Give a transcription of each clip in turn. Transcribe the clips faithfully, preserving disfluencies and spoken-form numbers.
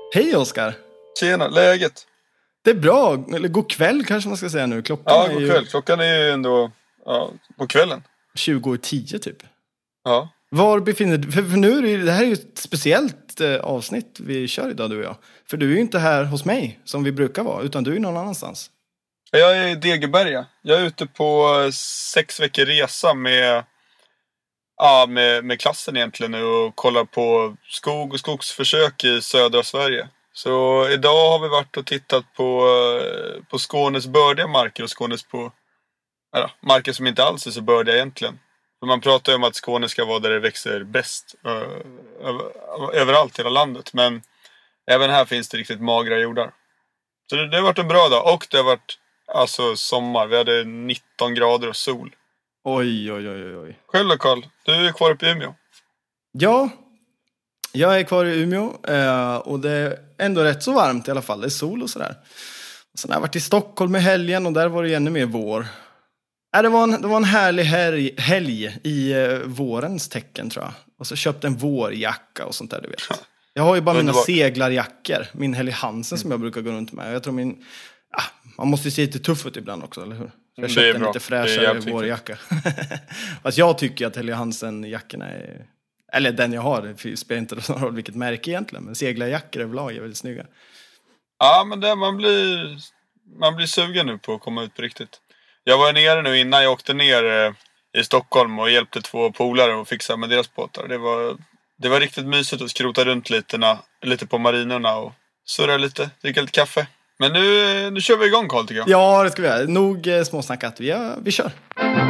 Hej Oskar. Tjena, läget? Det är bra, eller god kväll kanske man ska säga nu. Klockan Ja, är god ju kväll. Klockan är ju ändå ja, på kvällen. tjugo och tio typ. Ja. Var befinner du? För, för nu är det, det här är ju ett speciellt eh, avsnitt vi kör idag, du och jag. För du är ju inte här hos mig som vi brukar vara, utan du är någon annanstans. Jag är i Degeberga. Jag är ute på sex veckor resa med, ja, med, med klassen egentligen nu och kollar på skog och skogsförsök i södra Sverige. Så idag har vi varit och tittat på, på Skånes bördiga marker och Skånes på ja, marker som inte alls är så bördiga egentligen. För man pratar ju om att Skåne ska vara där det växer bäst uh, överallt i hela landet. Men även här finns det riktigt magra jordar. Så det, det har varit en bra dag. Och det har varit alltså sommar. Vi hade nitton grader och sol. Oj, oj, oj, oj. Själv då, Carl? Du är kvar uppe i Umeå. Ja, jag är kvar i Umeå eh, och det är ändå rätt så varmt i alla fall. Det är sol och sådär. Och sen har jag varit i Stockholm i helgen och där var det ännu mer vår. Äh, det, var en, det var en härlig helg, helg i eh, vårens tecken tror jag. Och så köpte en vårjacka och sånt där, du vet. Jag har ju bara mina seglarjackor. Min Helly Hansen mm. som jag brukar gå runt med. Jag tror min... Ah, man måste ju se lite tuff ut ibland också, eller hur? Så jag köpte en lite fräschare vårjacka. Fast jag tycker att Helly Hansen-jackorna är... Eller den jag har, det spelar inte någon roll vilket märke egentligen. Men seglarjackor överlag är väldigt snygga. Ja, men det, man, blir, man blir sugen nu på att komma ut på riktigt. Jag var nere nu innan jag åkte ner eh, i Stockholm och hjälpte två polare att fixa med deras båtar. Det var, det var riktigt mysigt att skrota runt lite, na, lite på marinerna och surra lite, dricka lite kaffe. Men nu, nu kör vi igång, Carl, tycker jag. Ja, det ska vi göra. Nog eh, småsnackat. Vi, ja, vi kör.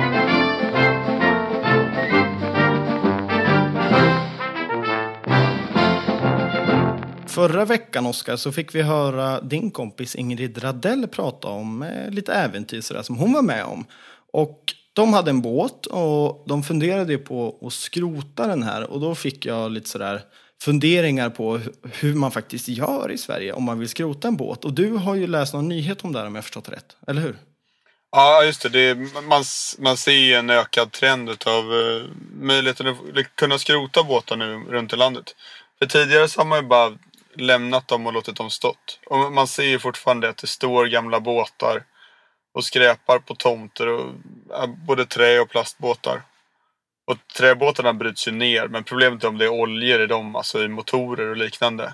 Förra veckan, Oskar, så fick vi höra din kompis Ingrid Radell prata om eh, lite äventyr sådär, som hon var med om. Och de hade en båt och de funderade på att skrota den här. Och då fick jag lite sådär funderingar på hur man faktiskt gör i Sverige om man vill skrota en båt. Och du har ju läst någon nyhet om det här, om jag förstått det rätt, eller hur? Ja, just det. det är, man, man ser en ökad trend av uh, möjligheten att kunna skrota båtar nu runt i landet. För tidigare så har man ju bara lämnat dem och låtit dem stått. Och man ser ju fortfarande att det står gamla båtar och skräpar på tomter och uh, både trä- och plastbåtar. Och träbåtarna bryts ju ner, men problemet är om det är oljor i dem, alltså i motorer och liknande.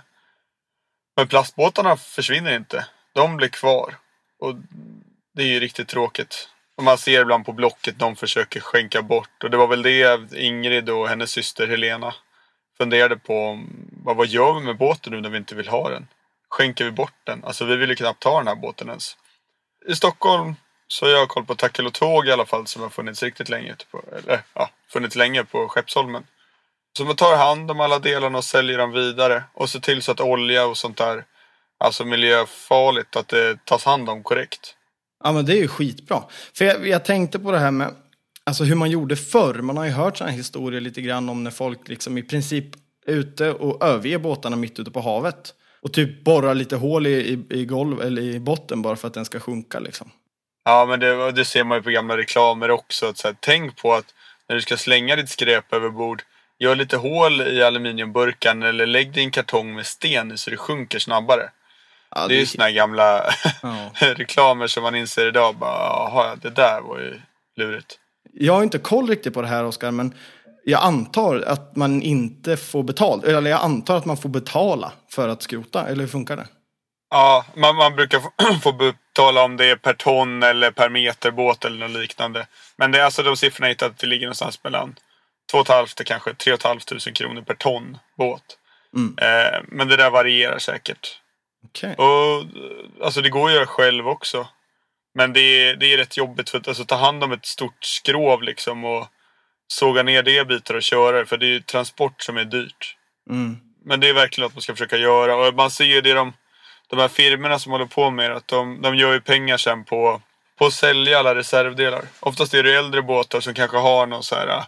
Men plastbåtarna försvinner inte. De blir kvar. Och det är ju riktigt tråkigt. Och man ser ibland på Blocket de försöker skänka bort. Och det var väl det Ingrid och hennes syster Helena funderade på. Vad gör vi med båten nu när vi inte vill ha den? Skänker vi bort den? Alltså vi vill ju knappt ta den här båten ens. I Stockholm så har jag koll på Tackel och Tåg i alla fall, som har funnits riktigt länge på, eller ja, funnits länge på Skeppsholmen. Så man tar hand om alla delarna och säljer dem vidare. Och ser till så att olja och sånt där, alltså miljöfarligt, att det tas hand om korrekt. Ja, men det är ju skitbra. För jag, jag tänkte på det här med alltså hur man gjorde förr. Man har ju hört sådana historier lite grann om när folk liksom i princip är ute och överger båtarna mitt ute på havet. Och typ borrar lite hål i, i, i golv eller i botten bara för att den ska sjunka liksom. Ja, men det, det ser man ju på gamla reklamer också. Att så här, tänk på att när du ska slänga ditt skräp över bord, gör lite hål i aluminiumburkan eller lägg din kartong med sten så det sjunker snabbare. Ja, det är ju såna här gamla ja. reklamer som man inser idag. Bara, jaha, det där var ju lurigt. Jag har inte koll riktigt på det här, Oskar, men jag antar att man inte får betalt. Eller jag antar att man får betala för att skrota. Eller hur funkar det? Ja, man, man brukar få, få betala om det är per ton eller per meter båt eller något liknande. Men det är alltså de siffrorna hittat att det ligger någonstans mellan två och ett halvt till kanske tre och ett halvt tusen kronor per ton båt. Mm. Eh, men det där varierar säkert. Okay. Och alltså det går att göra själv också. Men det är, det är rätt jobbigt för att alltså, ta hand om ett stort skrov liksom och såga ner det bitar och köra. För det är ju transport som är dyrt. Mm. Men det är verkligen att man ska försöka göra. Och man ser ju det de, de här firmorna som håller på med att de, de gör ju pengar sen på, på att sälja alla reservdelar. Oftast är det äldre båtar som kanske har någon så här uh,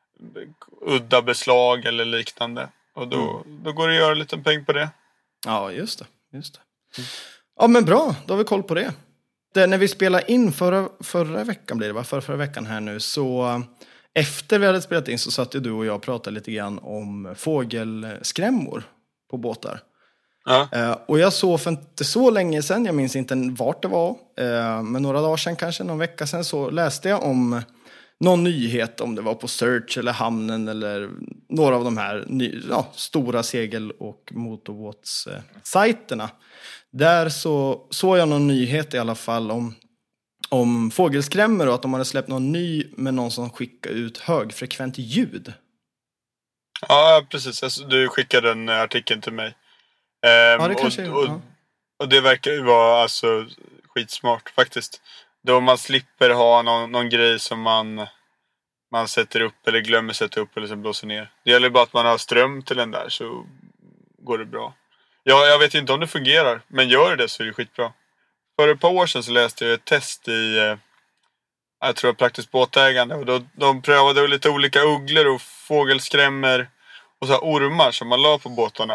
udda beslag eller liknande. Och då, mm. då går det att göra en liten peng på det. Ja, just det. Just det. Mm. Ja, men bra. Då har vi koll på det. det när vi spelade in förra, förra veckan blir det va? Förra, förra veckan här nu så efter vi hade spelat in så satt ju du och jag och pratade lite grann om fågelskrämmor på båtar. Ja. Eh, och jag såg för inte så länge sedan, jag minns inte vart det var, eh, men några dagar sedan kanske, någon vecka sedan, så läste jag om någon nyhet, om det var på Search eller Hamnen eller några av de här ny, ja, stora segel- och motorbåtssajterna. Där så såg jag någon nyhet i alla fall om, om fågelskrämmor och att de hade släppt någon ny med någon som skickar ut högfrekvent ljud. Ja, precis. Alltså, du skickade den artikeln till mig. Ehm, Ja, det kanske och, och, ja. och det verkar ju vara alltså, skitsmart faktiskt. Då man slipper ha någon, någon grej som man, man sätter upp eller glömmer sätta upp eller som blåser ner. Det gäller bara att man har ström till den där, så går det bra. Ja, jag vet inte om det fungerar, men gör det så är det skitbra. För ett par år sedan så läste jag ett test i, eh, jag tror praktiskt båtägande. Och då, de prövade lite olika ugglor och fågelskrämmer och så här ormar som man la på båtarna.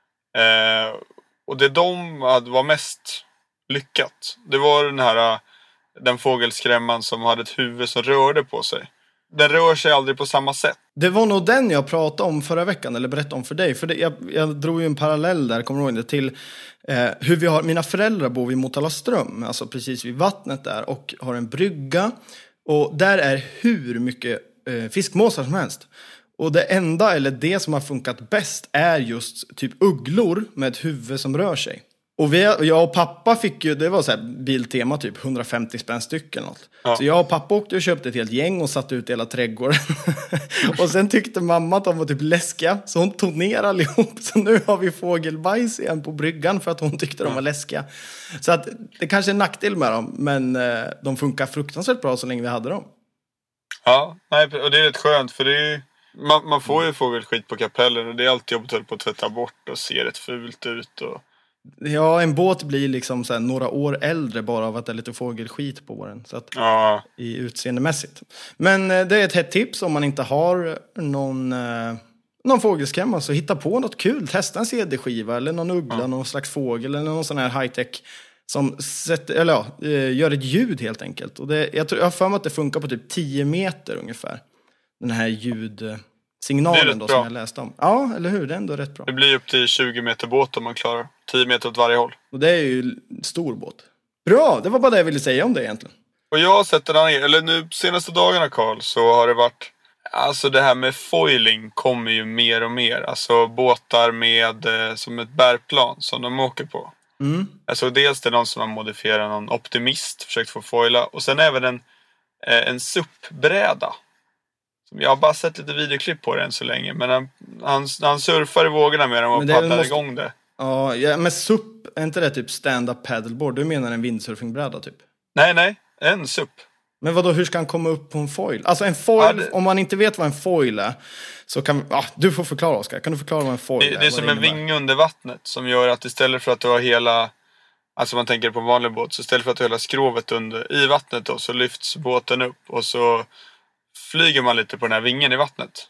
Eh, och det de hade var mest lyckat, det var den här den fågelskrämman som hade ett huvud som rörde på sig. Den rör sig aldrig på samma sätt. Det var nog den jag pratade om förra veckan, eller berättade om för dig. För det, jag, jag drog ju en parallell där, kommer du ihåg det, till eh, hur vi har, mina föräldrar bor vid Motala ström, alltså precis vid vattnet där, och har en brygga. Och där är hur mycket eh, fiskmåsar som helst. Och det enda, eller det som har funkat bäst, är just typ ugglor med ett huvud som rör sig. Och vi, jag och pappa fick ju, det var så här Biltema typ hundrafemtio spänn styck eller något. Ja. Så jag och pappa åkte och köpte ett helt gäng och satte ut hela trädgården. Och sen tyckte mamma att de var typ läskiga, så hon tog ner allihop. Så nu har vi fågelbajs igen på bryggan för att hon tyckte de var läskiga. Så att det kanske är en nackdel med dem, men eh, de funkar fruktansvärt bra så länge vi hade dem. Ja, nej, och det är rätt skönt för det är, man, man får ju fågelskit på kapellen och det är alltid jobbigt på att tvätta bort och ser rätt fult ut och... Ja, en båt blir liksom så här några år äldre bara av att det är lite fågelskit på den. Så att, ja. I utseendemässigt. Men eh, det är ett hett tips om man inte har någon, eh, någon fågelskrämma. Så hitta på något kul. Testa en C D-skiva eller någon uggla, ja. Någon slags fågel eller någon sån här high-tech som sätter, eller ja, eh, gör ett ljud helt enkelt. Och det, jag, tror, jag har för mig att det funkar på typ tio meter ungefär. Den här ljud... signalen då, som jag läste om. Ja, eller hur? Det är ändå rätt bra. Det blir upp till tjugo meter båt om man klarar. tio meter åt varje håll. Och det är ju stor båt. Bra, det var bara det jag ville säga om det egentligen. Och jag har sett den här, eller nu senaste dagarna, Carl, så har det varit... Alltså det här med foiling kommer ju mer och mer. Alltså båtar med eh, som ett bärplan som de åker på. Mm. Alltså dels det är någon som har modifierat någon optimist, försökt få foila. Och sen även en, eh, en suppbräda. Jag har bara sett lite videoklipp på den så länge. Men han, han, han surfar i vågorna med dem och paddlar måste... igång det. Ja, ja, men supp, är inte det typ stand-up paddleboard? Du menar en windsurfingbräda typ? Nej, nej. En supp. Men vadå, hur ska han komma upp på en foil? Alltså en foil, ja, det... om man inte vet vad en foil är, så kan... Ah, du får förklara, Oskar. Kan du förklara vad en foil det, är? Det är som en vinge under vattnet som gör att istället för att du har hela... Alltså man tänker på en vanlig båt. Så istället för att du har hela skrovet under, i vattnet då, så lyfts båten upp och så... flyger man lite på den här vingen i vattnet.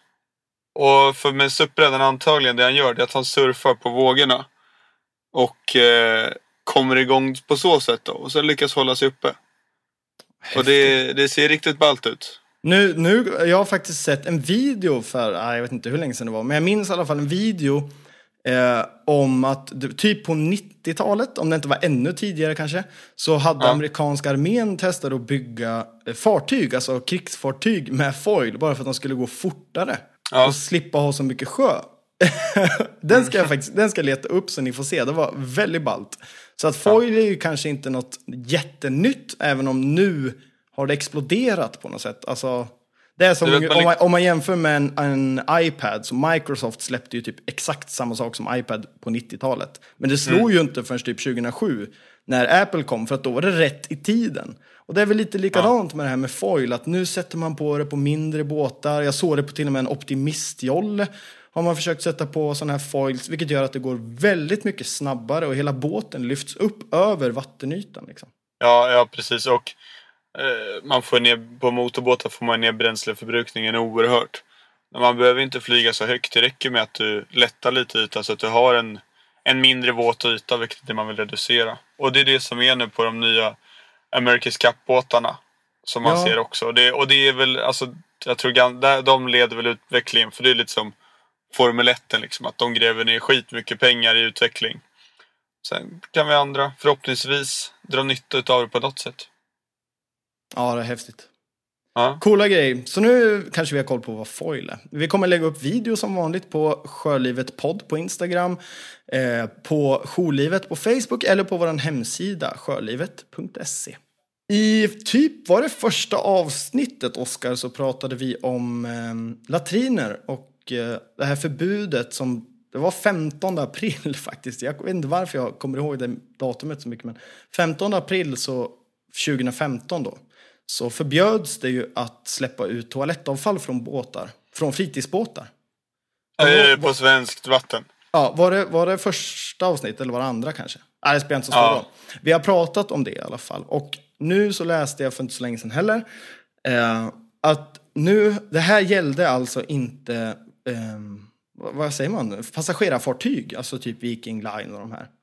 Och för med suppbrädan antagligen det han gör det är att han surfar på vågorna. Och eh, kommer igång på så sätt då. Och sen lyckas hålla sig uppe. Häftigt. Och det, det ser riktigt ballt ut. Nu, nu, jag har faktiskt sett en video för, ah, jag vet inte hur länge sedan det var. Men jag minns i alla fall en video eh, om att typ på nittiotalet, om det inte var ännu tidigare kanske, så hade ja. amerikanska armén testat att bygga fartyg, alltså krigsfartyg med foil, bara för att de skulle gå fortare ja. Och slippa ha så mycket sjö. den ska jag faktiskt, den ska jag leta upp så ni får se. Det var väldigt ballt. Så att foil är ju kanske inte något jättenytt, även om nu har det exploderat på något sätt. Alltså, det är som det om, man, om man jämför med en, en iPad, så Microsoft släppte ju typ exakt samma sak som iPad på nittiotalet. Men det slog mm. ju inte förrän typ tjugohundrasju när Apple kom, för att då var det rätt i tiden. Och det är väl lite likadant ja. Med det här med foil, att nu sätter man på det på mindre båtar. Jag såg det på till och med en optimistjolle. Har man försökt sätta på sådana här foils, vilket gör att det går väldigt mycket snabbare och hela båten lyfts upp över vattenytan liksom. Ja, ja precis. Och eh, man får ner, på motorbåtar får man ner bränsleförbrukningen oerhört. Man behöver inte flyga så högt. Det räcker med att du lättar lite yta så att du har en, en mindre våt yta, vilket är det man vill reducera. Och det är det som är nu på de nya America's Cup-båtarna som man ja. Ser också. Och det, och det är väl, alltså, jag tror de leder väl utvecklingen, för det är lite som Formel ett liksom, att de gräver ner skitmycket pengar i utveckling. Sen kan vi andra förhoppningsvis dra nytta av det på något sätt. Ja, det är häftigt. Ja. Coola grejer. Så nu kanske vi har koll på vad foil är. Vi kommer lägga upp video som vanligt på Sjölivet podd på Instagram, eh, på Jourlivet på Facebook eller på vår hemsida sjölivet punkt se. I typ var det första avsnittet, Oskar, så pratade vi om eh, latriner och eh, det här förbudet som det var femtonde april faktiskt. Jag vet inte varför jag kommer ihåg det datumet så mycket, men femtonde april så tjugohundrafemton då, så förbjöds det ju att släppa ut toalettavfall från båtar, från fritidsbåtar. Äh, på svenskt vatten. Ja, var det, var det första avsnitt eller var det andra kanske? Nej, det spelar inte så stor Ja. roll. Vi har pratat om det i alla fall. Och nu så läste jag för inte så länge sedan heller eh, att nu, det här gällde alltså inte, eh, vad, vad säger man, passagerarfartyg, alltså typ Viking Line och de här.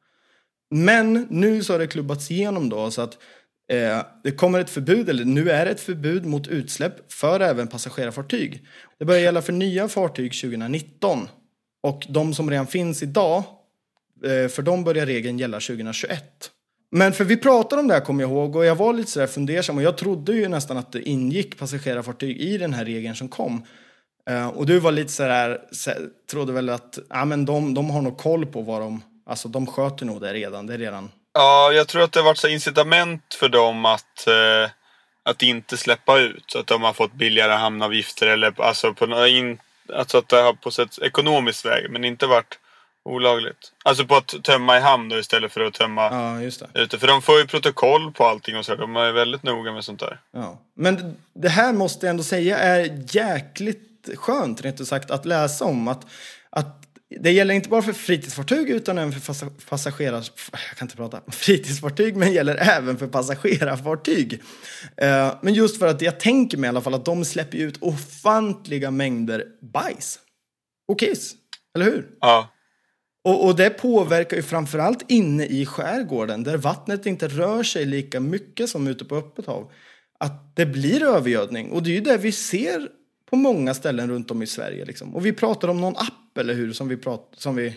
Men nu så har det klubbats igenom då så att eh, det kommer ett förbud, eller nu är det ett förbud mot utsläpp för även passagerarfartyg. Det börjar gälla för nya fartyg tjugonitton. Och de som redan finns idag, eh, för de börjar regeln gälla tjugohundratjugoett. Men för vi pratade om det här, kommer jag ihåg, och jag var lite sådär fundersam. Och jag trodde ju nästan att det ingick passagerarfartyg i den här regeln som kom. Eh, och du var lite sådär, så, trodde väl att ja, men de, de har nog koll på vad de, alltså de sköter nog det redan, det är redan. Ja, jag tror att det har varit så incitament för dem att, eh, att inte släppa ut. Så att de har fått billigare hamnavgifter eller alltså på in, alltså att det har på sätt ekonomisk väg, men inte varit olagligt. Alltså på att tömma i hamn då istället för att tömma Ja, just det. ute. För de får ju protokoll på allting och så. De är väldigt noga med sånt där. Ja. Men det här måste jag ändå säga är jäkligt skönt, rent ut sagt, att läsa om. Att, att det gäller inte bara för fritidsfartyg utan även för passagerar... Jag kan inte prata. Fritidsfartyg, men gäller även för passagerarfartyg. Uh, men just för att jag tänker mig i alla fall att de släpper ut ofantliga mängder bajs och kiss. Eller hur? Ja. Och, och det påverkar ju framförallt inne i skärgården där vattnet inte rör sig lika mycket som ute på öppet hav. Att det blir övergödning. Och det är ju det vi ser på många ställen runt om i Sverige. Liksom. Och vi pratar om någon app, eller hur? Som vi prat, som vi,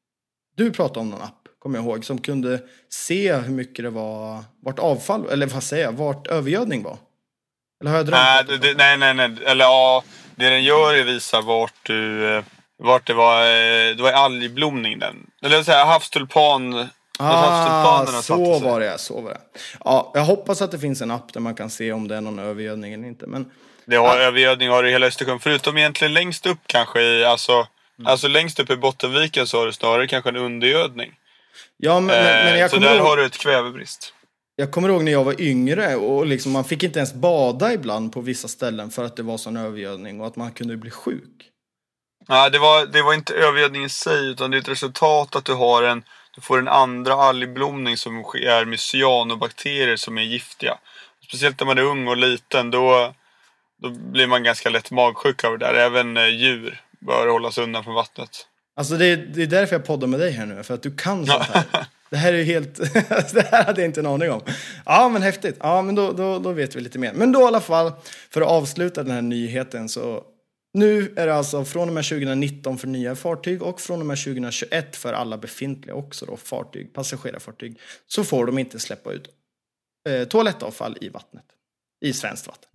du pratade om någon app, kommer jag ihåg. Som kunde se hur mycket det var, vart avfall, eller vad säger jag, vart övergödning var. Eller har jag drömt? Nej, det, det, nej, nej, nej. Eller ja, det den gör är visar vart du... Vart det var, det var algblomning den. Eller jag säga havstulpan. Ah, så var det, så var det. Ja, jag hoppas att det finns en app där man kan se om det är någon övergödning eller inte. Men det har ah. övergödning har det i hela Östersjön. Förutom egentligen längst upp kanske i, alltså, mm. alltså längst upp i Bottenviken så har det snarare kanske en undergödning. Ja, men, eh, men jag så kommer där ihåg, har du ett kvävebrist. Jag kommer ihåg när jag var yngre och liksom man fick inte ens bada ibland på vissa ställen för att det var sån övergödning och att man kunde bli sjuk. Ja, det var, det var inte övergödning i sig utan det är ett resultat att du har en du får en andra algblomning som är med cyanobakterier som är giftiga. Speciellt när man är ung och liten då, då blir man ganska lätt magsjuk av det där. Även eh, djur bör hållas undan från vattnet. Alltså det är, det är därför jag poddar med dig här nu, för att du kan sånt här. Det här är ju helt... det här hade jag inte en aning om. Ja, men häftigt. Ja, men då, då, då vet vi lite mer. Men då i alla fall, för att avsluta den här nyheten så... Nu är det alltså från och med tjugonitton för nya fartyg och från och med tjugohundratjugoett för alla befintliga också då, fartyg, passagerarfartyg. Så får de inte släppa ut eh, toalettavfall i vattnet. I svenskt vatten.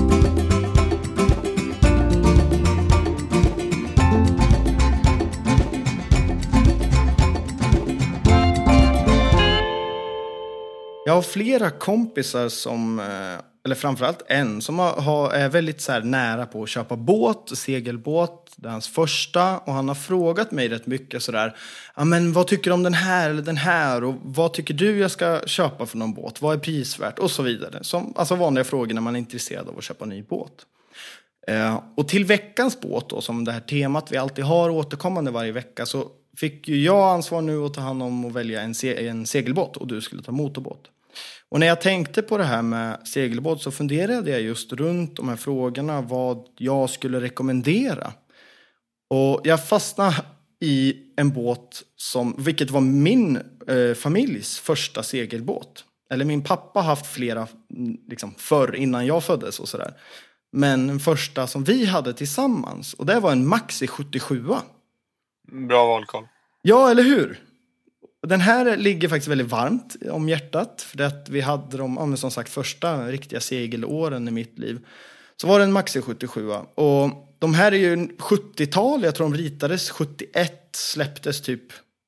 Jag har flera kompisar som, eller framförallt en, som har, har, är väldigt så här nära på att köpa båt, segelbåt. Det är hans första och han har frågat mig rätt mycket sådär. Ja, men vad tycker du om den här eller den här? Och vad tycker du jag ska köpa för någon båt? Vad är prisvärt? Och så vidare. Som, alltså vanliga frågor när man är intresserad av att köpa en ny båt. Eh, och till veckans båt då, som det här temat vi alltid har återkommande varje vecka, så fick ju jag ansvar nu att ta hand om och välja en, se- en segelbåt och du skulle ta motorbåt. Och när jag tänkte på det här med segelbåt så funderade jag just runt de här frågorna vad jag skulle rekommendera. Och jag fastnade i en båt som, vilket var min eh, familjs första segelbåt. Eller min pappa har haft flera liksom, förr innan jag föddes och sådär. Men den första som vi hade tillsammans, och det var en Maxi sjuttiosju. Bra valkoll. Ja, eller hur? Den här ligger faktiskt väldigt varmt om hjärtat. För att vi hade de, ja, men som sagt, första riktiga segelåren i mitt liv. Så var det en Maxi sjuttiosju. Och de här är ju sjuttiotal. Jag tror de ritades sjuttioett. Släpptes typ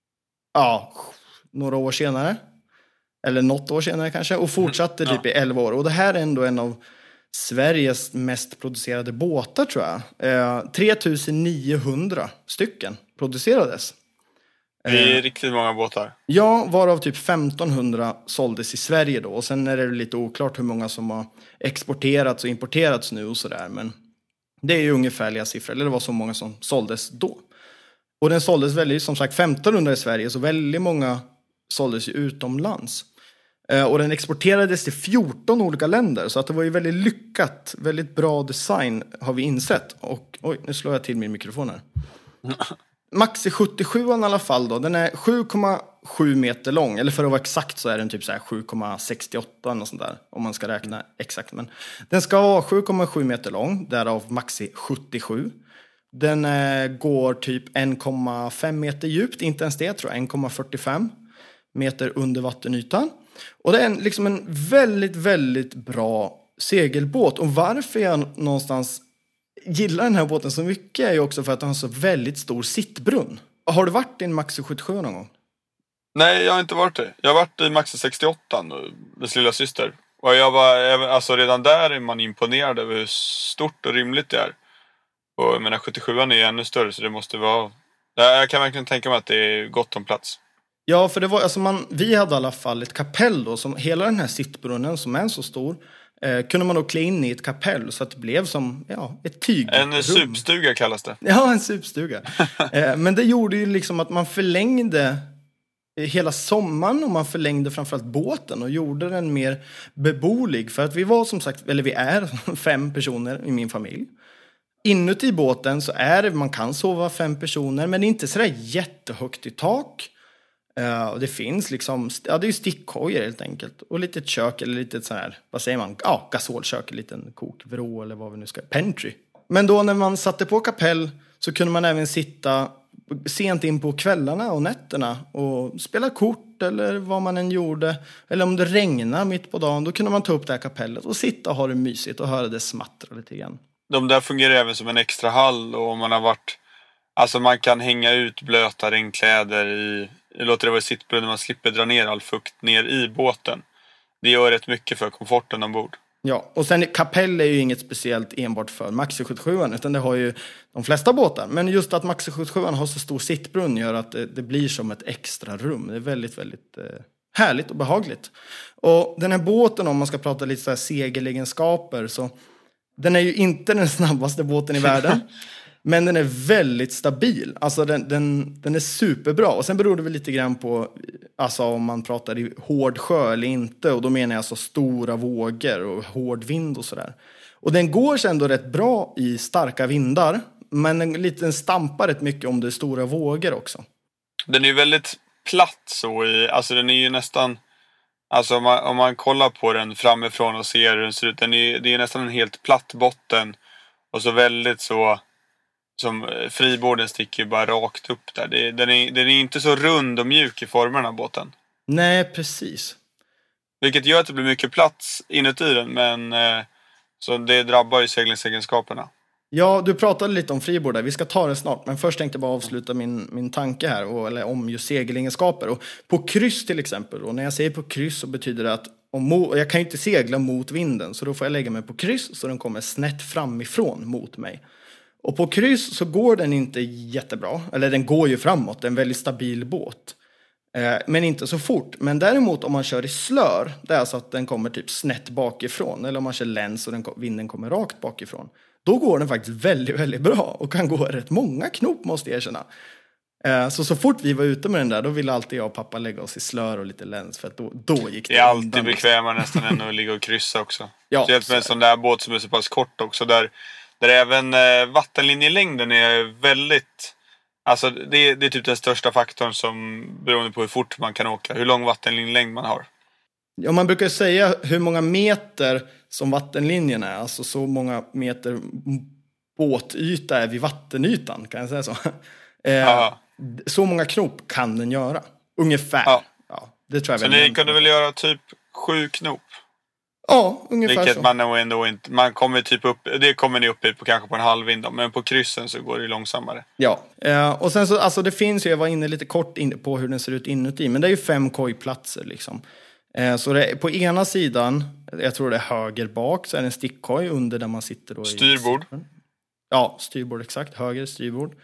ja, några år senare. Eller något år senare kanske. Och fortsatte mm, ja. typ i elva år. Och det här är ändå en av Sveriges mest producerade båtar, tror jag. Eh, tre tusen niohundra stycken producerades. Det är riktigt många båtar. Ja, varav typ femtonhundra såldes i Sverige då. Och sen är det lite oklart hur många som har exporterats och importerats nu och sådär. Men det är ju ungefärliga siffror. Eller det var så många som såldes då. Och den såldes väldigt, som sagt, femtonhundra i Sverige. Så väldigt många såldes ju utomlands. Och den exporterades till fjorton olika länder. Så att det var ju väldigt lyckat. Väldigt bra design har vi insett. Och oj, nu slår jag till min mikrofon här. Maxi sjuttiosju i alla fall då. Den är sju komma sju meter lång. Eller för att vara exakt så är den typ så här sju komma sextioåtta och sånt där. Om man ska räkna exakt. Men den ska vara sju komma sju meter lång. Därav Maxi sjuttiosju. Den eh, går typ en komma fem meter djupt. Inte ens det, tror jag. en komma fyrtiofem meter under vattenytan. Och det är en, liksom en väldigt, väldigt bra segelbåt. Och varför jag någonstans gillar den här båten så mycket är ju också för att den har så väldigt stor sittbrunn. Har du varit i en Maxi sjuttiosju någon gång? Nej, jag har inte varit det. Jag har varit i Maxi sextioåtta, dess lilla syster. Och jag var, alltså redan där är man imponerad över hur stort och rymligt det är. Och jag menar, sjuttiosjuan är ju ännu större, så det måste vara... Jag kan verkligen tänka mig att det är gott om plats. Ja, för det var, alltså man, vi hade i alla fall ett kapell då, som hela den här sittbrunnen som är så stor, eh, kunde man då klä in i ett kapell så att det blev som ja, ett tygrum. En supstuga kallas det. Ja, en supstuga. eh, men det gjorde ju liksom att man förlängde hela sommaren och man förlängde framförallt båten och gjorde den mer beboelig. För att vi var som sagt, eller vi är fem personer i min familj. Inuti båten så är det, man kan sova fem personer, men det är inte sådär jättehögt i tak. Uh, och det finns liksom, ja det är ju stickhojar helt enkelt. Och lite kök eller lite sån här, vad säger man? Ja, gasolkök, en liten kokvrå eller vad vi nu ska, pantry. Men då när man satte på kapell så kunde man även sitta sent in på kvällarna och nätterna och spela kort eller vad man än gjorde. Eller om det regnade mitt på dagen, då kunde man ta upp det här kapellet och sitta och ha det mysigt och höra det smattra lite grann. De där fungerar även som en extra hall och om man har varit, alltså man kan hänga ut blöta regnkläder i, låter det vara i sittbrunnen, man slipper dra ner all fukt ner i båten. Det gör rätt mycket för komforten ombord. Ja, och sen kapell är ju inget speciellt enbart för Maxi sjuttiosju, utan det har ju de flesta båtar. Men just att Maxi sjuttiosju har så stor sittbrunn gör att det, det blir som ett extra rum. Det är väldigt, väldigt eh, härligt och behagligt. Och den här båten, om man ska prata lite så här segelegenskaper, så den är ju inte den snabbaste båten i världen. Men den är väldigt stabil. Alltså den, den, den är superbra. Och sen beror det väl lite grann på alltså om man pratar i hård sjö eller inte. Och då menar jag alltså stora vågor och hård vind och sådär. Och den går sig ändå rätt bra i starka vindar. Men den, den stampar rätt mycket om det är stora vågor också. Den är ju väldigt platt så i, alltså den är ju nästan, alltså om man, om man kollar på den framifrån och ser hur den ser ut. Den är, det är nästan en helt platt botten. Och så väldigt så... Som friborden sticker ju bara rakt upp där. Det, den, är, den är inte så rund och mjuk i formerna av båten. Nej, precis. Vilket gör att det blir mycket plats inuti den. Men eh, så det drabbar ju seglingsegenskaperna. Ja, du pratade lite om fribord där. Vi ska ta det snart. Men först tänkte jag bara avsluta min, min tanke här. Och, eller om just segelegenskaper. Och på kryss till exempel. Och när jag säger på kryss så betyder det att om mo- jag kan ju inte segla mot vinden. Så då får jag lägga mig på kryss så den kommer snett framifrån mot mig. Och på kryss så går den inte jättebra. Eller den går ju framåt. Det är en väldigt stabil båt. Eh, men inte så fort. Men däremot om man kör i slör. Det är alltså att den kommer typ snett bakifrån. Eller om man kör läns och den, vinden kommer rakt bakifrån. Då går den faktiskt väldigt, väldigt bra. Och kan gå rätt många knop, måste jag erkänna. Eh, så så fort vi var ute med den där. Då ville alltid jag och pappa lägga oss i slör och lite läns. För att då, då gick det. Det är alltid bekvämare nästan än att ligga och kryssa också. Ja, speciellt med en sån där båt som är så pass kort också. Där... Där även eh, vattenlinjelängden är väldigt... Alltså det, det är typ den största faktorn som beroende på hur fort man kan åka. Hur lång vattenlinjelängd man har. Ja, man brukar säga hur många meter som vattenlinjen är. Alltså så många meter båtyta är vid vattenytan, kan jag säga så. Eh, så många knop kan den göra. ungefär. Ja. Ja, det tror jag så väl ni kunde väl göra typ sju knop? Ja, ungefär Vilket så. man ändå inte, man kommer typ upp, det kommer ni upp i på kanske på en halvvind då, men på kryssen så går det långsammare. Ja, eh, och sen så, alltså det finns ju, jag var inne lite kort in på hur den ser ut inuti, men det är ju fem kojplatser liksom. Eh, så det är, på ena sidan, jag tror det är höger bak, så är det en stickkoj under där man sitter då. Styrbord. I, ja, styrbord exakt, höger styrbord.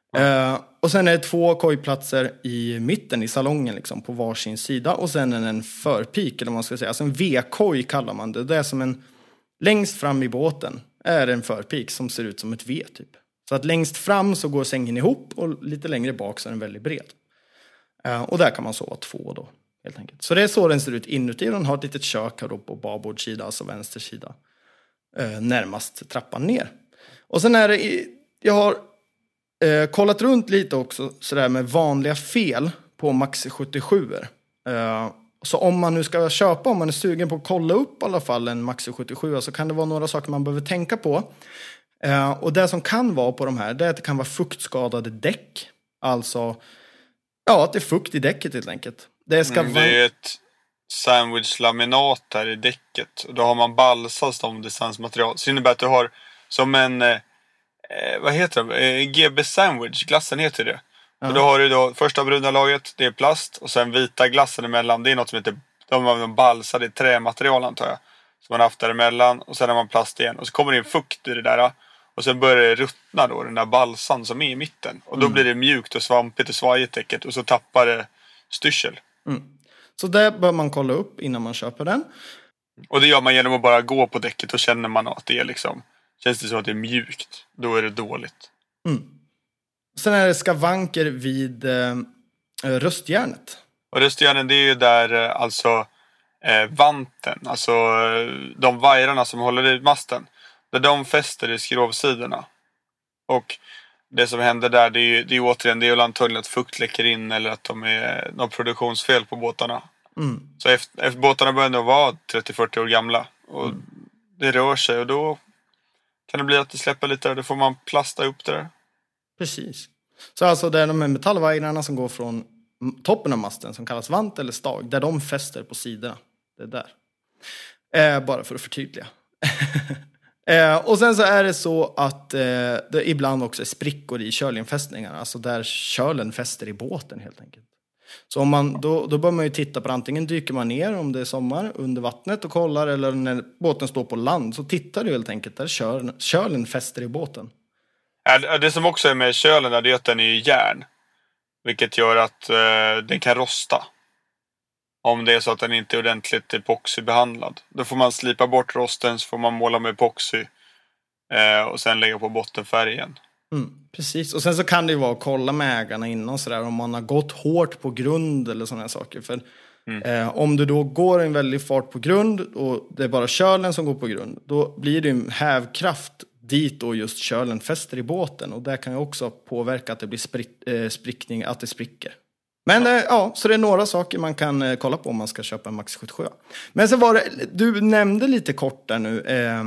Uh, och sen är det två kojplatser i mitten i salongen liksom, på varsin sida. Och sen är det en förpik, eller vad man ska säga. Alltså en V-koj kallar man det. Det är som en, längst fram i båten är en förpik som ser ut som ett V typ. Så att längst fram så går sängen ihop och lite längre bak så är den väldigt bred. Uh, och där kan man sova två då, helt enkelt. Så det är så den ser ut inuti. Den har ett litet kök här då på babordssida, alltså vänster sida. Uh, närmast trappan ner. Och sen är det, i, jag har... Eh, kollat runt lite också sådär med vanliga fel på Maxi sjuttiosju. Eh, så om man nu ska köpa, om man är sugen på att kolla upp i alla fall en Maxi sjuttiosju, så kan det vara några saker man behöver tänka på. Eh, och det som kan vara på de här, det är att det kan vara fuktskadade däck. Alltså, ja, att det är fukt i däcket helt enkelt. Det, ska mm, det är ett sandwich-laminat här i däcket. Och då har man balsat om distansmaterial. Så det innebär att du har som en... Eh, Eh, vad heter det? Eh, G B Sandwich, glassen heter det. Ja. Och då har du då första bruna laget, det är plast. Och sen vita glassen emellan, det är något som heter, de har balsade trämaterial antar jag. Som man har haft däremellan. Och sen har man plast igen. Och så kommer det in fukt i det där. Och sen börjar det ruttna då, den där balsan som är i mitten. Och då mm. blir det mjukt och svampigt och svajigt däcket. Och så tappar det styrsel. Mm. Så det bör man kolla upp innan man köper den. Och det gör man genom att bara gå på däcket. Och känner man att det är liksom... Känns det så att det är mjukt, då är det dåligt. Mm. Sen är det skavanker vid eh, röstjärnet. Och röstjärnen, det är ju där eh, alltså eh, vanten, alltså eh, de vajrarna som håller i masten. Där de fäster i skrovsidorna. Och det som händer där, det är ju det är återigen, det är ju antagligen att fukt läcker in eller att de är något produktionsfel på båtarna. Mm. Så efter, efter båtarna börjar nog vara trettio till fyrtio år gamla. Och mm. det rör sig och då... Kan det bli att det släpper lite där? Då får man plasta upp det där. Precis. Så alltså det är de här metallvajrarna som går från toppen av masten som kallas vant eller stag. Där de fäster på sidorna. Det är där. Eh, bara för att förtydliga. eh, och sen så är det så att eh, det ibland också är sprickor i kölinfästningarna. Alltså där kölen fäster i båten helt enkelt. Så om man, då, då bör man ju titta på, antingen dyker man ner om det är sommar under vattnet och kollar, eller när båten står på land så tittar du helt enkelt där kölen, kölen fäster i båten. Ja, det som också är med kölen är att den är järn. Vilket gör att eh, den kan rosta. Om det är så att den inte är ordentligt epoxybehandlad. Då får man slipa bort rosten, så får man måla med epoxy. Eh, och sen lägga på bottenfärgen. Mm, precis, och sen så kan det ju vara att kolla med ägarna innan sådär, om man har gått hårt på grund eller sådana saker. För mm. eh, om du då går en väldig fart på grund och det är bara kölen som går på grund, då blir det en hävkraft dit och just kölen fäster i båten. Och det kan ju också påverka att det blir sprick, eh, sprickning, att det spricker. Men ja. Eh, ja, så det är några saker man kan eh, kolla på om man ska köpa en Maxi sjuttiosju. Men så var det, du nämnde lite kort där nu, eh,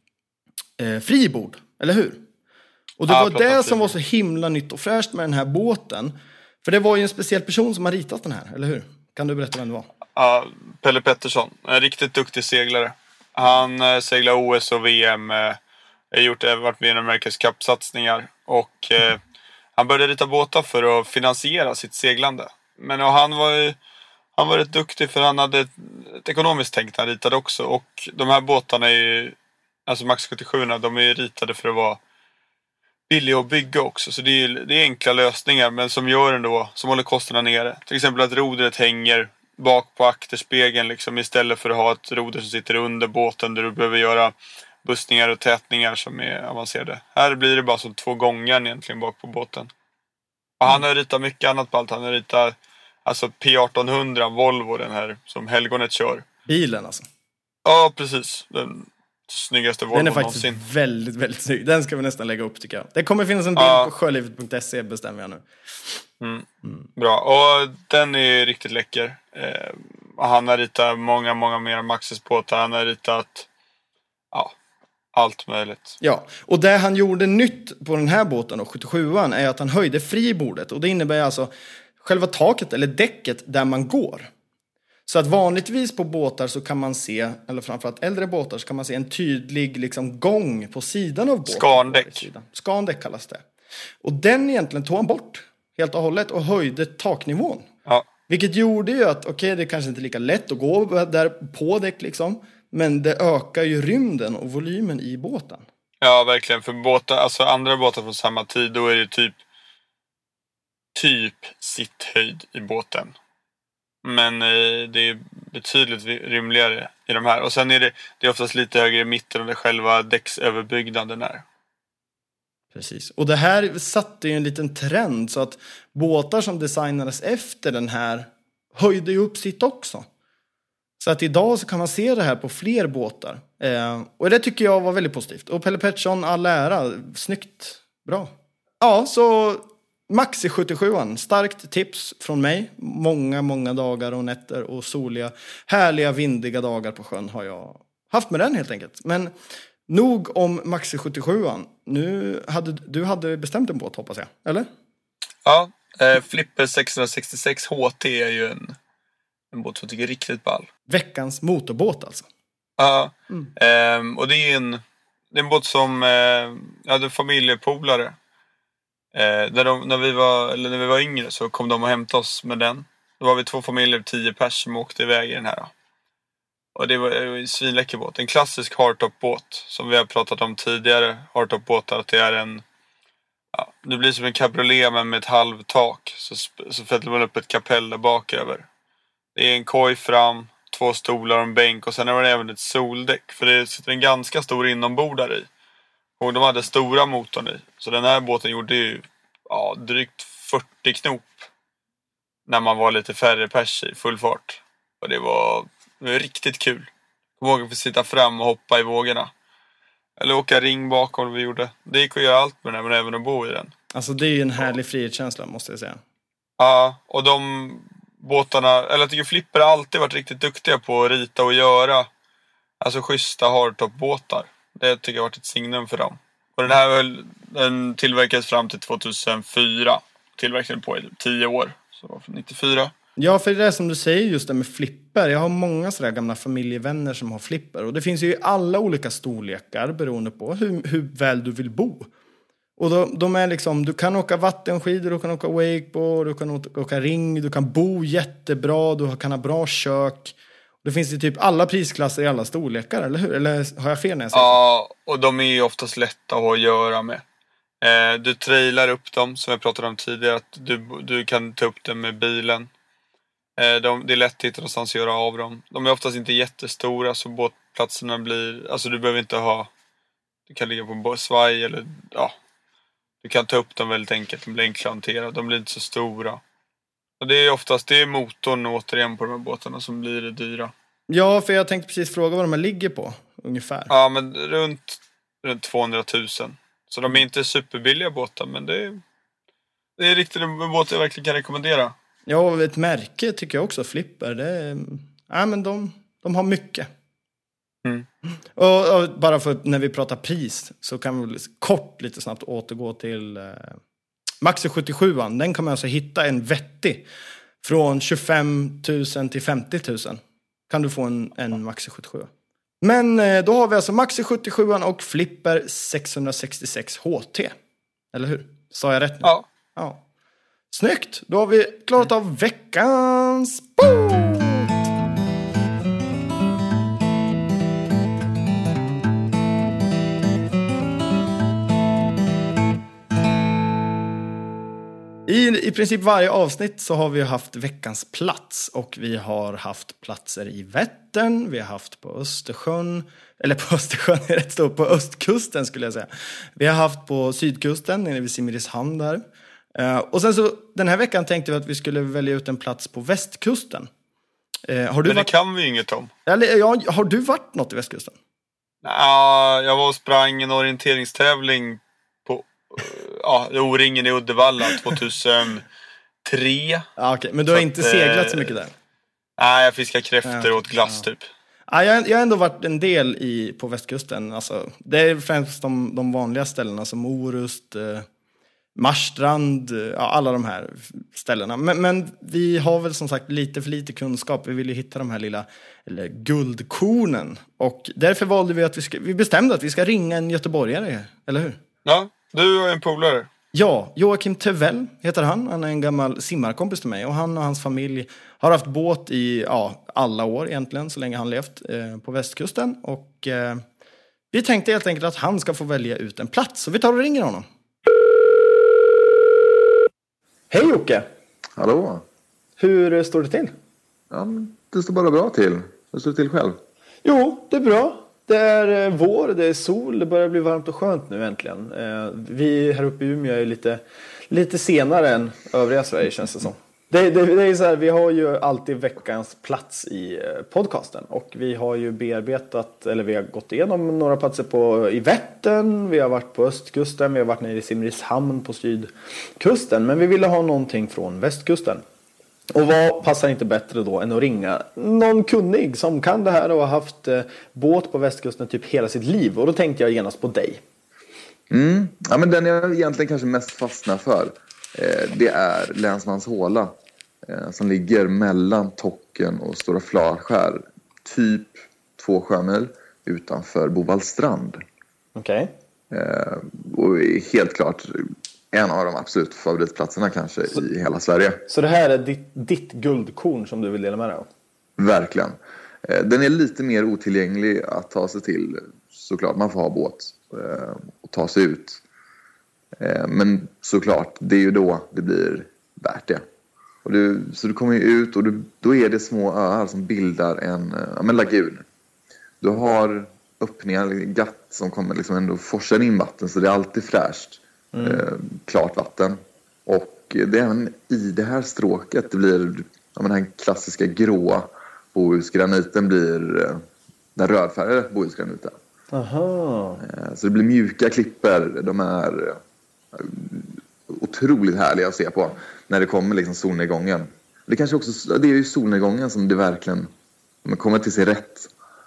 eh, fribord, eller hur? Och det ja, var det som var så himla nytt och fräscht med den här båten. För det var ju en speciell person som har ritat den här, eller hur? Kan du berätta vem det var? Ja, Pelle Pettersson. En riktigt duktig seglare. Han eh, seglar O S och V M. Eh, har gjort, eh, varit med i Amerikas Cup-satsningar. Och eh, han började rita båtar för att finansiera sitt seglande. Men och han var ju han var rätt duktig, för han hade ett, ett ekonomiskt tänk när han ritade också. Och de här båtarna är ju, alltså Max sjuttiosju, de är ju ritade för att vara billiga att bygga också. Så det är, det är enkla lösningar, men som gör ändå, som håller kostnaderna nere. Till exempel att rodret hänger bak på akterspegeln liksom, istället för att ha ett roder som sitter under båten där du behöver göra bussningar och tätningar som är avancerade. Här blir det bara som två gånger egentligen bak på båten. Och han har ritat mycket annat på allt. Han har ritat alltså P arton hundra Volvo, den här som Helgonet kör. Bilen alltså? Ja, precis. Den snyggaste Volvo någonsin. Den är faktiskt någonsin. väldigt, väldigt snygg. Den ska vi nästan lägga upp, tycker jag. Det kommer finnas en bild ja. på sjölivet punkt se, bestämmer jag nu. Mm. Mm. Bra, och den är riktigt läcker. Eh, han har ritat många, många mer Maxis båtar. Han har ritat ja, allt möjligt. Ja, och det han gjorde nytt på den här båten, då, sjuttiosjuan, är att han höjde fribordet. Och det innebär alltså, själva taket eller däcket där man går. Så att vanligtvis på båtar så kan man se, eller framförallt äldre båtar, så kan man se en tydlig liksom, gång på sidan av båten. Skandäck. Skandäck kallas det. Och den egentligen tog han bort helt och hållet och höjde taknivån. Ja. Vilket gjorde ju att, okej, okay, det är kanske inte lika lätt att gå där på däck liksom. Men det ökar ju rymden och volymen i båten. Ja, verkligen. För båtar, alltså andra båtar från samma tid, då är det typ typ sitthöjd i båten. Men eh, det är betydligt rymligare i de här. Och sen är det, det är oftast lite högre i mitten där själva däcksöverbyggnaden är. Precis. Och det här satte ju en liten trend så att båtar som designades efter den här höjde ju upp sitt också. Så att idag så kan man se det här på fler båtar. Eh, och det tycker jag var väldigt positivt. Och Pelle Pettersson, all ära. Snyggt. Bra. Ja, så Maxi sjuttiosju. Starkt tips från mig. Många, många dagar och nätter och soliga, härliga, vindiga dagar på sjön har jag haft med den helt enkelt. Men nog om Maxi sjuttiosju. Nu hade du hade bestämt en båt, hoppas jag. Eller? Ja, eh, Flipper sexhundrasextiosex H T är ju en, en båt som jag tycker är riktigt ball. Veckans motorbåt alltså. Ja, mm. eh, och det är en, det är en båt som eh, jag hade familjepolare. Eh, när, de, när, vi var, eller när vi var yngre så kom de och hämtade oss med den. Då var vi två familjer, tio pers som åkte iväg i den här. Och det var en svinläcker båt. En klassisk hardtop-båt som vi har pratat om tidigare. Hardtop-båtar, att det är en... Ja, det blir som en cabriolet men med ett halvtak. Så, så fäller man upp ett kapell där bak över. Det är en koj fram, två stolar och en bänk. Och sen är det även ett soldäck. För det sitter en ganska stor inombord där i. Och de hade stora motorn i. Så den här båten gjorde ju ja, drygt fyrtio knop. När man var lite färre pers i full fart. Och det var... Det var riktigt kul. Kom ihåg att få sitta fram och hoppa i vågorna. Eller åka ring bakom vi gjorde. Det gick att göra allt med den, men även att bo i den. Alltså det är ju en härlig frihetskänsla, måste jag säga. Ja, och de båtarna... Eller jag tycker Flipper har alltid varit riktigt duktiga på att rita och göra. Alltså schyssta hardtop-båtar. Det tycker jag har varit ett signum för dem. Och den här den tillverkades fram till tvåtusenfyra. Tillverkade på i tio år. Så det var från nittiofyra. Ja, för det är som du säger just det med flipper. Jag har många sådär gamla familjevänner som har flipper. Och det finns ju i alla olika storlekar beroende på hur, hur väl du vill bo. Och då, de är liksom, du kan åka vattenskidor, du kan åka wakeboard, du kan åka ring, du kan bo jättebra, du kan ha bra kök. Det finns ju typ alla prisklasser i alla storlekar, eller hur? Eller har jag fel när jag säger Ja, och de är ju oftast lätta att göra med. Eh, du trailar upp dem, som jag pratade om tidigare, att du, du kan ta upp dem med bilen. De, det är lätt att hitta någonstans att göra av dem. De är oftast inte jättestora, så båtplatserna blir... Alltså du behöver inte ha... Du kan ligga på en svaj eller... Ja, du kan ta upp dem väldigt enkelt. De blir enkla att hantera. De blir inte så stora. Och det är oftast det är motorn återigen på de här båtarna som blir det dyra. Ja, för jag tänkte precis fråga vad de här ligger på, ungefär. Ja, men runt, runt tvåhundratusen. Så de är inte superbilliga båtar, men det är, det är riktigt en båt jag verkligen kan rekommendera. Ja, ett märke tycker jag också, Flipper. Det är, ja, men de, de har mycket. Mm. Och, och bara för när vi pratar pris så kan vi kort lite snabbt återgå till eh, Maxi sjuttiosju. Den kan man alltså hitta en vettig från tjugofem tusen till femtio tusen. Kan du få en, en Maxi sjuttiosju. Men eh, då har vi alltså Maxi sjuttiosju och Flipper sexhundrasextiosex H T. Eller hur? Sa jag rätt nu? Ja. Ja. Snyggt! Då har vi klarat av veckans båt! I, I princip varje avsnitt så har vi haft veckans plats. Och vi har haft platser i Vättern, vi har haft på Östersjön. Eller på Östersjön är rätt stort, på östkusten skulle jag säga. Vi har haft på sydkusten, nere vid Simrishamn där. Uh, och sen så, den här veckan tänkte vi att vi skulle välja ut en plats på västkusten. Uh, har du Men det varit... kan vi ju inget om. Eller, ja, har du varit något i västkusten? Ja, jag var och sprang en orienteringstävling på uh, ja, O-ringen i Uddevalla tjugohundratre. Ja, okay. Men du har så inte att, seglat så mycket där? Nej, jag fiskar kräftor ja, och åt glass ja. typ. Ja, jag, jag har ändå varit en del i, på västkusten. Alltså, det är främst de, de vanliga ställena som Orust... Uh, Marstrand, ja, alla de här ställena. Men, men vi har väl som sagt lite för lite kunskap. Vi vill ju hitta de här lilla eller guldkornen. Och därför valde vi att vi, ska, vi bestämde att vi ska ringa en göteborgare, eller hur? Ja, du är en polare. Ja, Joakim Tövell heter han. Han är en gammal simmarkompis till mig. Och han och hans familj har haft båt i ja, alla år egentligen, så länge han levt eh, på västkusten. Och eh, vi tänkte helt enkelt att han ska få välja ut en plats. Så vi tar och ringer honom. Hej Jocke! Hallå! Hur står det till? Ja, det står bara bra till. Hur står det till själv? Jo, det är bra. Det är vår, det är sol, det börjar bli varmt och skönt nu äntligen. Vi här uppe i Umeå är lite, lite senare än övriga Sverige, känns det som. Det, det, det är så här, vi har ju alltid veckans plats i podcasten. Och vi har ju bearbetat, eller vi har gått igenom några platser på, i Vättern. Vi har varit på östkusten, vi har varit nere i Simrishamn på sydkusten. Men vi ville ha någonting från västkusten. Och vad passar inte bättre då än att ringa någon kunnig som kan det här och har haft eh, båt på västkusten typ hela sitt liv. Och då tänkte jag genast på dig. Mm. Ja, men den jag egentligen kanske mest fastnar för, eh, det är Länsmanshåla. Eh, som ligger mellan Tocken och Stora Flarskär. Typ två sjömil utanför Bovallstrand. Okej. Okay. Eh, och helt klart en av de absolut favoritplatserna kanske så, i hela Sverige. Så det här är ditt, ditt guldkorn som du vill dela med dig av? Verkligen. Den är lite mer otillgänglig att ta sig till. Såklart, man får ha båt och ta sig ut. Men såklart, det är ju då det blir värt det. Och du, så du kommer ju ut och du, då är det små öar som bildar en, en lagun. Du har öppningar, gatt som kommer liksom ändå forsar in vatten, så det är alltid fräscht. Mm. Eh, klart vatten. Och det är även i det här stråket det blir ja, den här klassiska gråa bohusgraniten blir eh, den rödfärgade bohusgraniten. Aha. Eh, så det blir mjuka klipper. De är eh, otroligt härliga att se på när det kommer liksom solnedgången. Det kanske också det är ju solnedgången som det verkligen man kommer till sig rätt.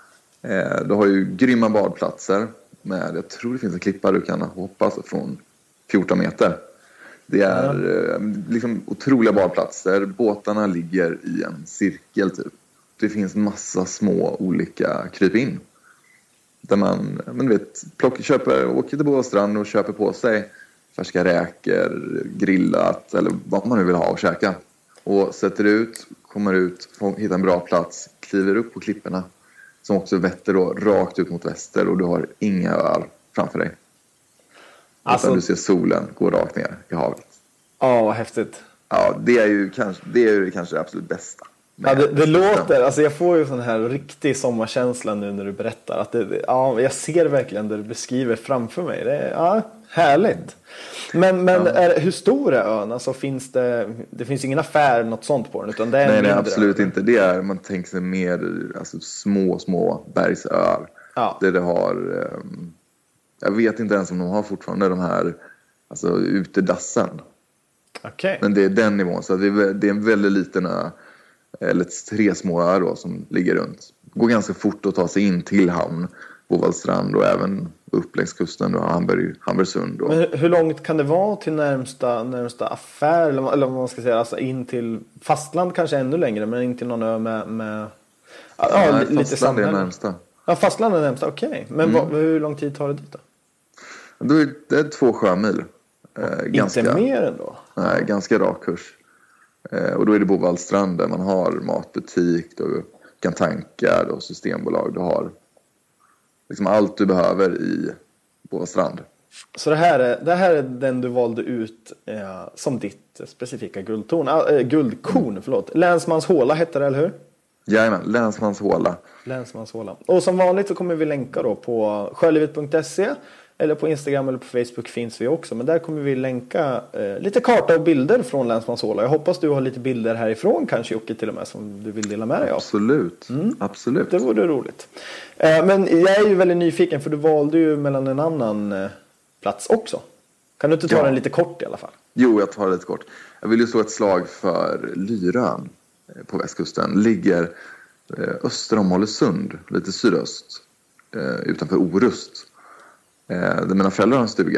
Eh, du har ju grymma badplatser med, jag tror det finns en klippa du kan hoppa från fjorton meter. Det är mm. liksom otroliga badplatser. Båtarna ligger i en cirkel typ. Det finns massa små olika krypin. Där man, man vet, plock, köper, åker till Bovallstrand och köper på sig färska räkor, grillat eller vad man nu vill ha och käka. Och sätter ut, kommer ut, hittar en bra plats, kliver upp på klipporna. Som också vetter då rakt ut mot väster och du har inga öar framför dig. Alltså, du ser solen gå rakt ner i havet. Ja, vad häftigt. Ja, det är ju kanske det, är ju kanske det absolut bästa. Ja, det, det låter, alltså jag får ju sån här riktig sommarkänsla nu när du berättar. Att det, ja, jag ser verkligen det du beskriver framför mig. Det är ja, härligt. Men, men ja. är, hur stor är ön? Alltså finns det, det finns ingen affär något sånt på den? Utan det är nej, nej, absolut inte. Det är, man tänker sig mer alltså, små, små bergsöar. Ja. Där det har... Um, jag vet inte ens om de har fortfarande de här alltså, utedassen. Okay. Men det är den nivån. Så det är, det är en väldigt liten ö. Eller tre små öar då, som ligger runt. Det går ganska fort att ta sig in till hamn. Bovallstrand och även upp längs kusten. Och Hamburg, Hamburgsund. Och... Men hur, hur långt kan det vara till närmsta, närmsta affär? Eller, eller vad man ska säga. Alltså in till fastland kanske ännu längre. Men in till någon ö med... med ja, ja, nej, lite fastland är närmsta. Ja, fastland är närmsta. Okej. Okay. Men mm. vad, hur lång tid tar det dit då? Det är två sjömil. Eh, ganska, inte mer ändå? Nej, ganska rak kurs. Eh, och då är det Bovallstrand där man har matbutik, du kan tanka och systembolag. Du har liksom allt du behöver i Bovallstrand. Så det här är, det här är den du valde ut eh, som ditt specifika guldtorn, äh, guldkorn, mm. förlåt. Länsmanshåla heter det, eller hur? Jajamän, Länsmanshåla. Länsmanshåla. Och som vanligt så kommer vi länka då på sjölivet punkt se. Eller på Instagram eller på Facebook finns vi också. Men där kommer vi länka eh, lite karta och bilder från Länsmanshåla. Jag hoppas du har lite bilder härifrån kanske, Jocke, till och med, som du vill dela med dig av. Absolut, mm. absolut. Det vore roligt. Eh, men jag är ju väldigt nyfiken, för du valde ju mellan en annan eh, plats också. Kan du inte ta ja. den lite kort i alla fall? Jo, jag tar det lite kort. Jag vill ju slå ett slag för Lyrön på västkusten. Ligger eh, öster om Mollösund, lite sydöst, eh, utanför Orust. Där mina föräldrar har en stuga.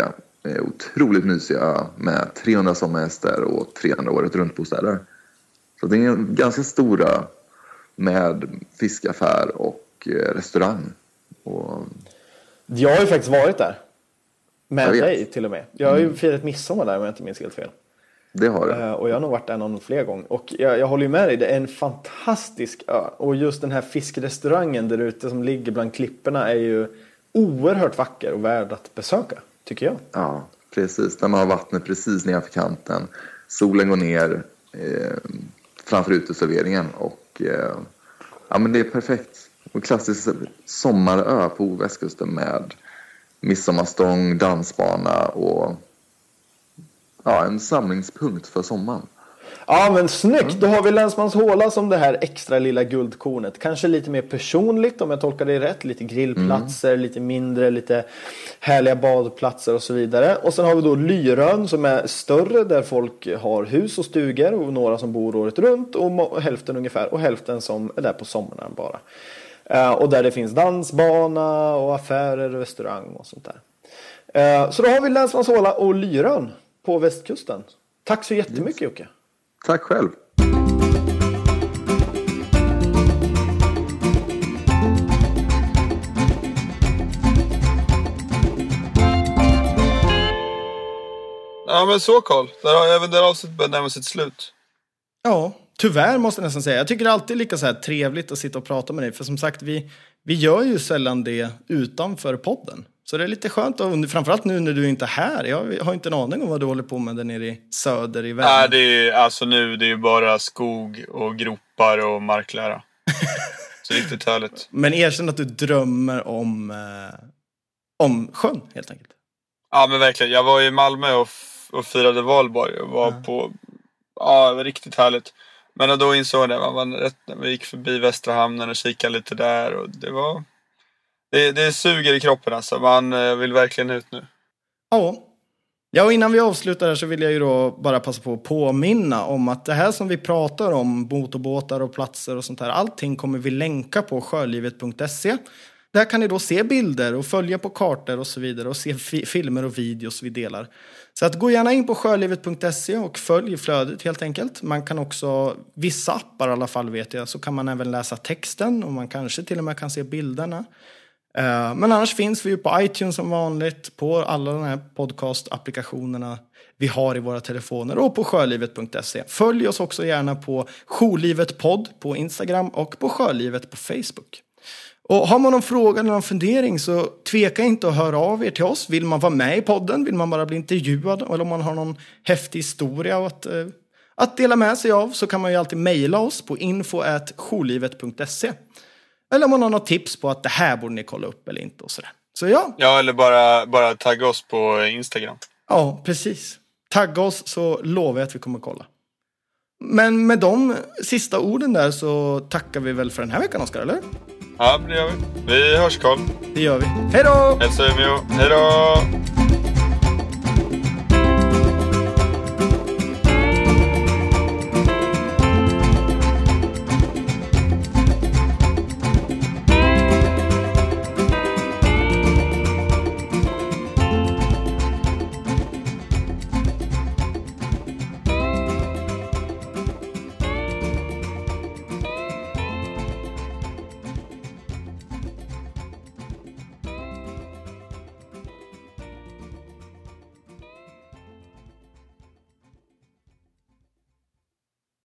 eh, otroligt mysig ö med trehundra sommargäster och trehundra året runt bostäder. Så det är en ganska stora med fiskaffär och eh, restaurang. Och... Jag har ju faktiskt varit där. Med Jag dig till och med. Jag har ju firat midsommar där om jag inte minns helt fel. Det har du. Uh, och jag har nog varit där någon fler gånger. Och jag, jag håller ju med dig, det är en fantastisk ö. Och just den här fiskrestaurangen där ute som ligger bland klipporna är ju oerhört vacker och värd att besöka, tycker jag. Ja, precis. Där man har vattnet precis nedanför kanten. Solen går ner eh, framför uteserveringen. Och eh, ja, men det är perfekt. Och klassisk sommarö på västkusten med midsommarstång, dansbana och ja, en samlingspunkt för sommaren. Ja, men snyggt. Då har vi Länsmanshåla som det här extra lilla guldkornet. Kanske lite mer personligt om jag tolkar det rätt. Lite grillplatser, mm. lite mindre, lite härliga badplatser och så vidare. Och sen har vi då Lyrön som är större där folk har hus och stugor och några som bor året runt och hälften ungefär och hälften som är där på sommaren bara. Uh, och där det finns dansbana och affärer och restaurang och sånt där. Uh, så då har vi Länsmanshåla och Lyrön på västkusten. Tack så jättemycket, yes. Jocke. Tack själv. Ja, men så Carl. Där har även det avsnittet börjat närma sitt slut. Ja, tyvärr måste jag nästan säga. Jag tycker det är alltid lika så här trevligt att sitta och prata med dig. För som sagt, vi, vi gör ju sällan det utanför podden. Så det är lite skönt, och framförallt nu när du inte är här. Jag har inte en aning om vad du håller på med där nere i söder i världen. Nej, det är alltså nu det är bara skog och gropar och marklära. Så riktigt härligt. Men erkänn att du drömmer om, eh, om sjön, helt enkelt. Ja, men verkligen. Jag var i Malmö och, f- och firade valborg. Jag var ja. på... Ja, det var riktigt härligt. Men då insåg jag det. Man var rätt, vi gick förbi Västra hamnen och kikade lite där. Och det var... Det, det suger i kroppen alltså. Man vill verkligen ut nu. Ja. Ja, och innan vi avslutar här så vill jag ju då bara passa på att påminna om att det här som vi pratar om, motorbåtar och platser och sånt här, allting kommer vi länka på sjölivet punkt se. Där kan ni då se bilder och följa på kartor och så vidare och se fi- filmer och videos vi delar. Så att gå gärna in på sjölivet punkt se och följ flödet helt enkelt. Man kan också, vissa appar i alla fall vet jag, så kan man även läsa texten och man kanske till och med kan se bilderna. Men annars finns vi ju på iTunes som vanligt, på alla de här podcast-applikationerna vi har i våra telefoner och på sjölivet punkt se. Följ oss också gärna på Sjölivet podd på Instagram och på Sjölivet på Facebook. Och har man någon fråga eller någon fundering så tveka inte att höra av er till oss. Vill man vara med i podden? Vill man bara bli intervjuad? Eller om man har någon häftig historia att, att dela med sig av så kan man ju alltid mejla oss på info at sjölivet punkt se. Eller om man har något tips på att det här borde ni kolla upp eller inte och sådär. Så ja. Ja, eller bara, bara tagga oss på Instagram. Ja, precis. Tagga oss så lovar jag att vi kommer kolla. Men med de sista orden där så tackar vi väl för den här veckan, Oskar, eller? Ja, det gör vi. Vi hörs, Carl. Det gör vi. Hej då! Hälsa Umeå. Hej då!